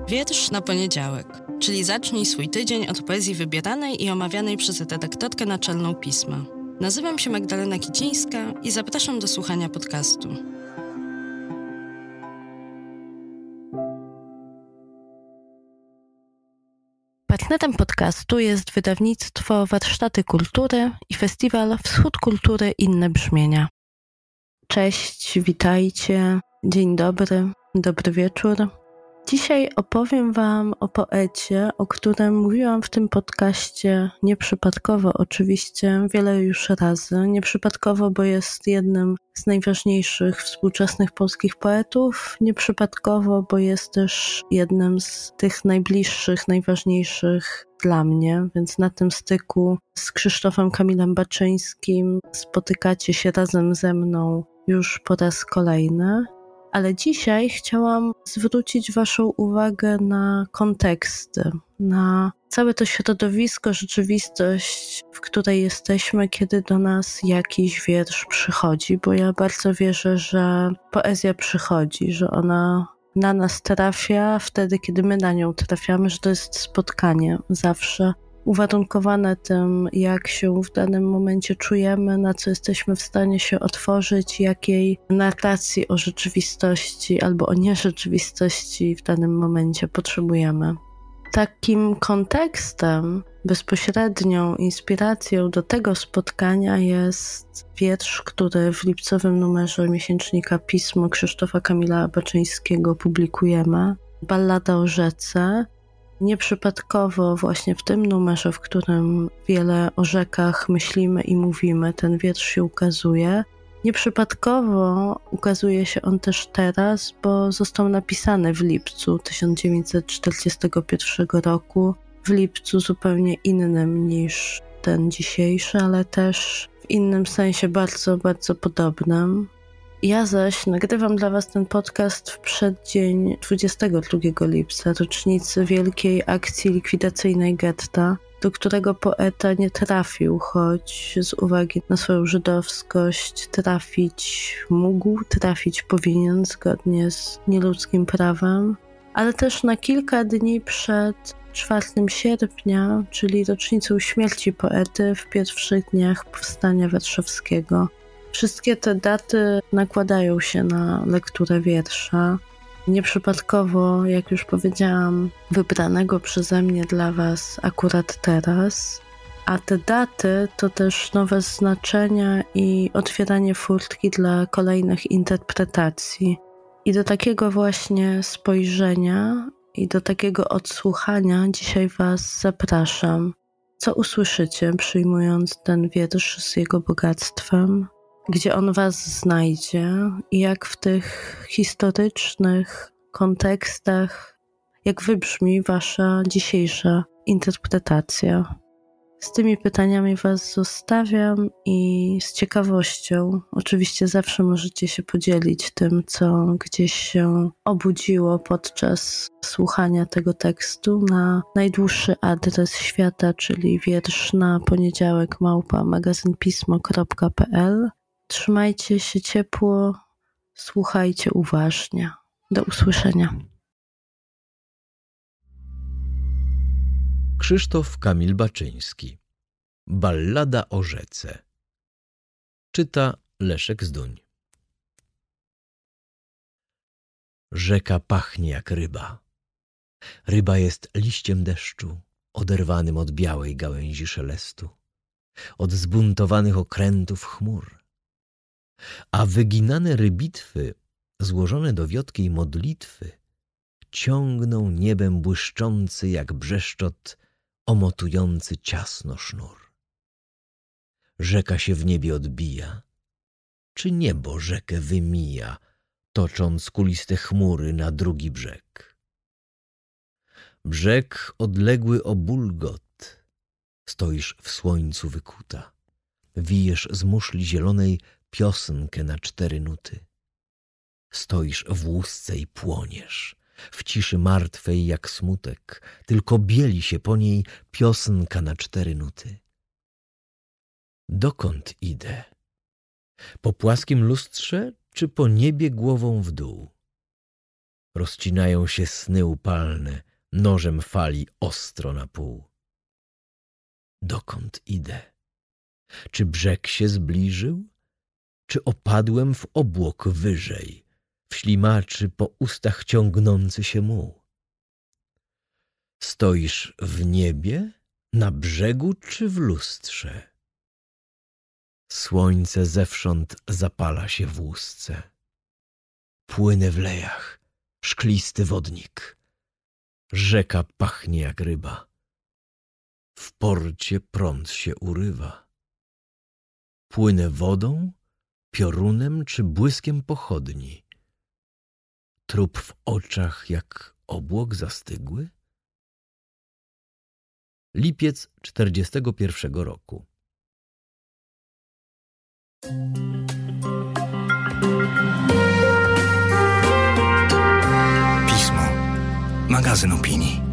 Wiersz na poniedziałek, czyli zacznij swój tydzień od poezji wybieranej i omawianej przez redaktorkę naczelną pisma. Nazywam się Magdalena Kicińska i zapraszam do słuchania podcastu. Partnerem podcastu jest wydawnictwo Warsztaty Kultury i festiwal Wschód Kultury Inne Brzmienia. Cześć, witajcie, dzień dobry, dobry wieczór. Dzisiaj opowiem Wam o poecie, o którym mówiłam w tym podcaście nieprzypadkowo oczywiście, wiele już razy. Nieprzypadkowo, bo jest jednym z najważniejszych współczesnych polskich poetów. Nieprzypadkowo, bo jest też jednym z tych najbliższych, najważniejszych dla mnie. Więc na tym styku z Krzysztofem Kamilem Baczyńskim spotykacie się razem ze mną już po raz kolejny. Ale dzisiaj chciałam zwrócić Waszą uwagę na konteksty, na całe to środowisko, rzeczywistość, w której jesteśmy, kiedy do nas jakiś wiersz przychodzi, bo ja bardzo wierzę, że poezja przychodzi, że ona na nas trafia wtedy, kiedy my na nią trafiamy, że to jest spotkanie zawsze uwarunkowane tym, jak się w danym momencie czujemy, na co jesteśmy w stanie się otworzyć, jakiej narracji o rzeczywistości albo o nierzeczywistości w danym momencie potrzebujemy. Takim kontekstem, bezpośrednią inspiracją do tego spotkania jest wiersz, który w lipcowym numerze miesięcznika Pismo Krzysztofa Kamila Baczyńskiego publikujemy. Ballada o rzece. Nieprzypadkowo właśnie w tym numerze, w którym wiele o rzekach myślimy i mówimy, ten wiersz się ukazuje. Nieprzypadkowo ukazuje się on też teraz, bo został napisany w lipcu 1941 roku, w lipcu zupełnie innym niż ten dzisiejszy, ale też w innym sensie bardzo, bardzo podobnym. Ja zaś nagrywam dla Was ten podcast w przeddzień 22 lipca, rocznicy wielkiej akcji likwidacyjnej getta, do którego poeta nie trafił, choć z uwagi na swoją żydowskość trafić mógł, trafić powinien zgodnie z nieludzkim prawem, ale też na kilka dni przed 4 sierpnia, czyli rocznicą śmierci poety w pierwszych dniach powstania warszawskiego. Wszystkie te daty nakładają się na lekturę wiersza. Nieprzypadkowo, jak już powiedziałam, wybranego przeze mnie dla Was akurat teraz. A te daty to też nowe znaczenia i otwieranie furtki dla kolejnych interpretacji. I do takiego właśnie spojrzenia i do takiego odsłuchania dzisiaj Was zapraszam. Co usłyszycie, przyjmując ten wiersz z jego bogactwem? Gdzie on Was znajdzie i jak w tych historycznych kontekstach, jak wybrzmi Wasza dzisiejsza interpretacja. Z tymi pytaniami Was zostawiam i z ciekawością oczywiście zawsze możecie się podzielić tym, co gdzieś się obudziło podczas słuchania tego tekstu na najdłuższy adres świata, czyli wiersz na poniedziałek @magazynpismo.pl. Trzymajcie się ciepło, słuchajcie uważnie. Do usłyszenia. Krzysztof Kamil Baczyński. Ballada o rzece. Czyta Leszek Zduń. Rzeka pachnie jak ryba. Ryba jest liściem deszczu, oderwanym od białej gałęzi szelestu, od zbuntowanych okrętów chmur. A wyginane rybitwy, złożone do wiotkiej modlitwy, ciągną niebem błyszczący jak brzeszczot omotujący ciasno sznur. Rzeka się w niebie odbija, czy niebo rzekę wymija, tocząc kuliste chmury na drugi brzeg. Brzeg odległy o bulgot, stoisz w słońcu wykuta, wijesz z muszli zielonej piosenkę na 4 nuty. Stoisz w łusce i płoniesz, w ciszy martwej jak smutek, tylko bieli się po niej piosenka na 4 nuty. Dokąd idę? Po płaskim lustrze, czy po niebie głową w dół? Rozcinają się sny upalne, nożem fali ostro na pół. Dokąd idę? Czy brzeg się zbliżył? Czy opadłem w obłok wyżej, w ślimaczy po ustach ciągnący się muł? Stoisz w niebie, na brzegu czy w lustrze? Słońce zewsząd zapala się w łusce. Płynę w lejach, szklisty wodnik. Rzeka pachnie jak ryba. W porcie prąd się urywa. Płynę wodą, piorunem czy błyskiem pochodni. Trup w oczach jak obłok zastygły? Lipiec 41 roku. Pismo. Magazyn opinii.